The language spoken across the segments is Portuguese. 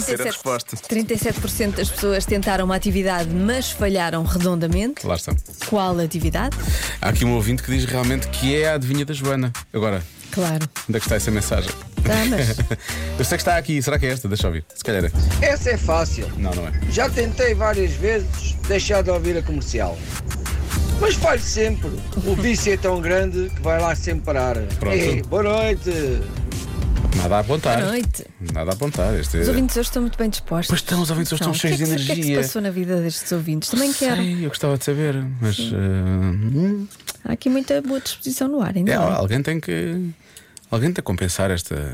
ser a resposta. 37% das pessoas tentaram uma atividade, mas falharam redondamente. Lá está. Qual atividade? Há aqui um ouvinte que diz realmente que é a adivinha da Joana. Agora, Claro. onde é que está essa mensagem? Tá, mas Eu sei que está aqui, será que é esta? Deixa eu ouvir. Se calhar é. Essa é fácil. Não, não é. Já tentei várias vezes deixar de ouvir a comercial. Mas falho sempre. O vício é tão grande que vai lá sempre parar. Pronto. Ei, boa noite. Nada a apontar. boa noite. Nada a apontar. Este Os é... ouvintes hoje estão muito bem dispostos. Pois estão, os ouvintes hoje estão cheios de O que é que energia. se passou na vida destes ouvintes? Também quero. Sei, eu gostava de saber, mas Há aqui muita boa disposição no ar, ainda bem. alguém tem que compensar esta.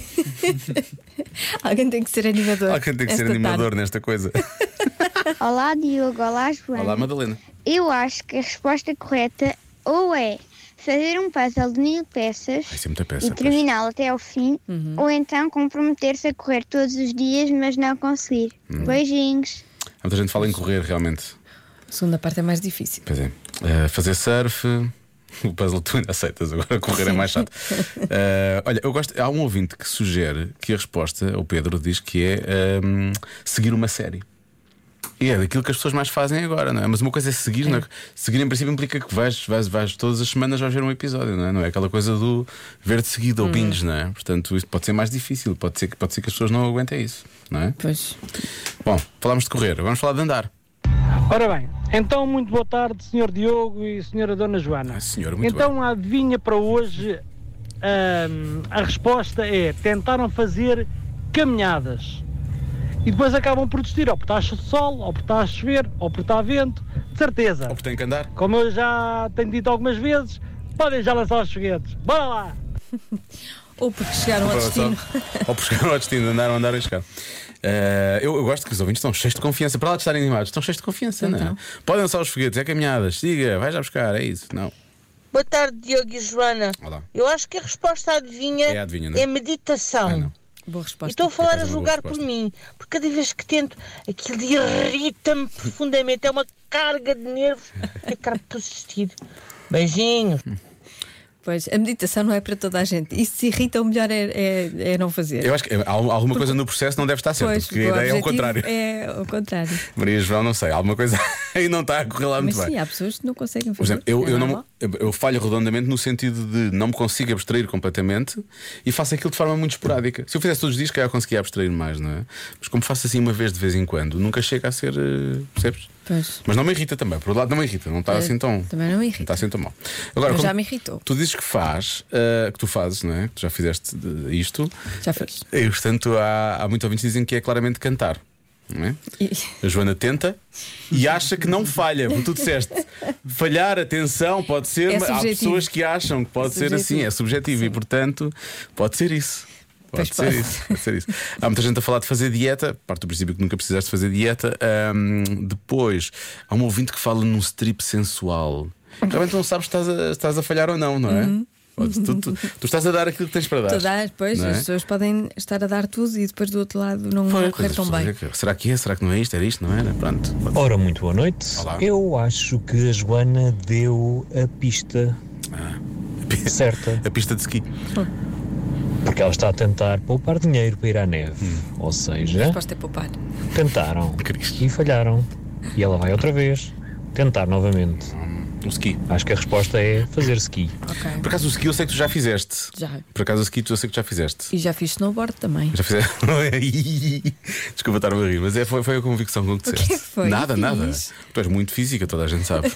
Alguém tem que ser animador. Alguém tem que ser esta animador tarde. nesta coisa. Olá Diogo, olá Joana. Olá, Madalena. Eu acho que a resposta correta ou é fazer um puzzle de 1000 peças Vai ser muita peça. e pois. terminá-lo até ao fim, ou então comprometer-se a correr todos os dias, mas não conseguir. Beijinhos. Há muita gente fala em correr, realmente. A segunda parte é mais difícil. Pois é. Fazer surf. O puzzle tu ainda aceitas, agora correr é mais chato. Olha, eu gosto. Há um ouvinte que sugere que a resposta, o Pedro, diz que é seguir uma série. E é daquilo que as pessoas mais fazem agora, não é? Mas uma coisa é seguir, não é? Seguir em princípio implica que vais todas as semanas vais ver um episódio, não é? Não é aquela coisa do ver de seguida ou binge, não é? Portanto, isto pode ser mais difícil, pode ser que as pessoas não aguentem isso, não é? Pois. Bom, falámos de correr, vamos falar de andar. Ora bem, então muito boa tarde, Sr. Diogo e Sra. Dona Joana. Senhora, muito então bem. a adivinha para hoje, a resposta é: tentaram fazer caminhadas e depois acabam por desistir, ou porque está sol, ou porque está a chover, ou porque está a vento, de certeza. Ou porque tem que andar. Como eu já tenho dito algumas vezes, podem já lançar os foguetes. Bora lá! Ou porque chegaram ao destino. Ou por chegar ao destino, andaram a chegar. Eu gosto que os ouvintes estão cheios de confiança. Para lá de estarem animados, estão cheios de confiança, não é? Então. Podem lançar os foguetes, é caminhadas, siga, vai já buscar, é isso. Não. Boa tarde, Diogo e Joana. Olá. Eu acho que a resposta à adivinha É a adivinha, não é? é meditação. Ah, não. Boa E resposta. estou a falar Por a acaso é uma julgar boa por resposta. mim, porque cada vez que tento, aquilo irrita-me profundamente. É uma carga de nervos. É cara de assistir. Beijinhos. Pois, a meditação não é para toda a gente. E se irrita, o melhor é não fazer. Eu acho que há alguma coisa no processo não deve estar certa, Pois, porque a o ideia é o objetivo contrário. É o contrário. Maria João, não sei, alguma coisa aí não está a correr lá Mas muito sim, bem. há pessoas que não conseguem Por fazer. exemplo, É normal. eu falho redondamente no sentido de não me consigo abstrair completamente e faço aquilo de forma muito esporádica. Se eu fizesse todos os dias, que eu conseguia abstrair mais, não é? Mas como faço assim uma vez de vez em quando, nunca chega a ser. Percebes? Pois. Mas não me irrita também, por outro lado não me irrita, não está assim tão. Também não me irrita. Não está assim tão mal. Agora, Mas como já me irritou. Tu dizes que que tu fazes, não é? Que tu já fizeste isto. Já fiz. E portanto há muitos ouvintes que dizem que é claramente cantar. Não é? A Joana tenta e acha que não falha, porque tu disseste falhar, atenção, pode ser, É mas há subjetivo. pessoas que acham que pode ser Subjetivo. assim, é subjetivo Sim. e portanto pode ser isso. Pois Pode ser pode. isso, pode ser isso. Há muita gente a falar de fazer dieta, parte do princípio que nunca precisaste fazer dieta. Depois, há um ouvinte que fala num strip sensual. Realmente não sabes se estás a falhar ou não, não é? Tu estás a dar aquilo que tens para dar. Tu dás, pois, não é? as pessoas podem estar a dar tudo e depois do outro lado não correr Pois, tão as bem. pessoas, será que é? Será que não é isto? Era isto, não era? Pronto. Ora, muito boa noite. Olá. Eu acho que a Joana deu a pista certa, A pista de ski. porque ela está a tentar poupar dinheiro para ir à neve. Ou A seja, resposta é poupar. tentaram Cristo. e falharam. E ela vai outra vez tentar novamente. O ski. Acho que a resposta é fazer ski. Ok. Por acaso o ski eu sei que tu já fizeste. Já. Por acaso o ski eu sei que tu já fizeste. E já fiz snowboard também. Já fizeste. Desculpa estar-me a rir, mas foi a convicção com que O que disseste. é que foi? Nada, Fiz. nada. Tu és muito física, toda a gente sabe.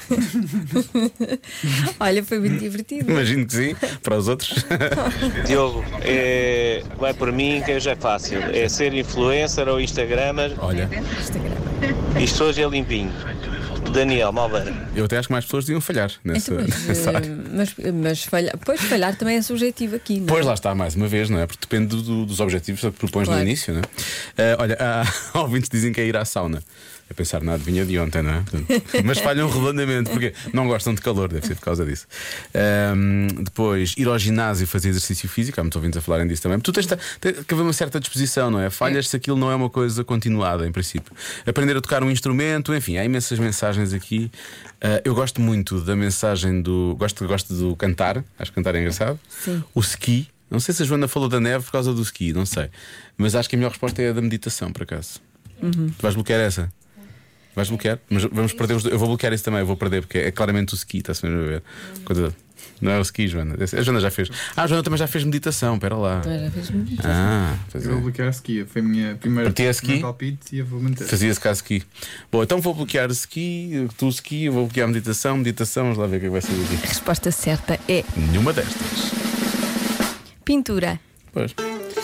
Olha, foi muito divertido. Imagino que sim, para os outros. Diogo, vai por mim que hoje é fácil. É ser influencer ou instagramer. Olha, Isto hoje é limpinho. Daniel Malveira. eu até acho que mais pessoas deviam falhar nessa, Então, mas, nessa área. mas falhar, pois falhar também é subjetivo aqui, não é? Pois lá está, mais uma vez, não é? Porque depende dos objetivos que propões Claro. no início, não é? Olha, há ouvintes que dizem que é ir à sauna. A pensar na adivinha de ontem, não é? Mas falham redondamente, porque não gostam de calor, deve ser por causa disso. Depois, ir ao ginásio fazer exercício físico, há muitos ouvintes a falarem disso também. Tu tens que haver uma certa disposição, não é? Falhas se aquilo não é uma coisa continuada, em princípio. Aprender a tocar um instrumento, enfim, há imensas mensagens aqui. Eu gosto muito da mensagem do. Gosto do cantar, acho que cantar é engraçado. Sim. O ski. Não sei se a Joana falou da neve por causa do ski, não sei. Mas acho que a melhor resposta é a da meditação, por acaso. Tu vais bloquear essa? Vais bloquear? Mas vamos perder os dois. Eu vou bloquear isso também, eu vou perder, porque é claramente o ski, está-se a ver? Não é o ski, Joana. A Joana já fez. A Joana também já fez meditação, espera lá. Também já fez meditação. Pois Eu vou bloquear a ski, foi a minha primeira palpite e eu vou manter. Fazia-se cá ski. Bom, então vou bloquear ski, tu ski, eu vou bloquear meditação, vamos lá ver o que é que vai ser daqui. A resposta certa é Nenhuma destas. pintura. Pois.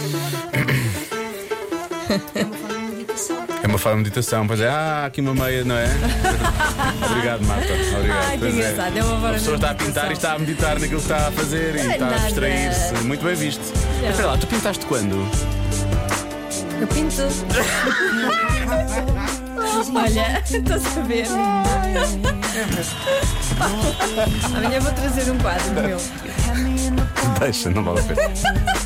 É uma forma de meditação, pois é. Aqui uma meia, não é? Obrigado, Marta. Obrigado. Ai, que engraçado, é uma forma A pessoa de está a pintar e está a meditar naquilo que está a fazer e está a distrair-se. Muito bem visto. Mas espera lá, tu pintaste quando? Eu pinto. Olha, estou a saber. Amanhã vou trazer um quadro meu. Deixa, não vale a pena.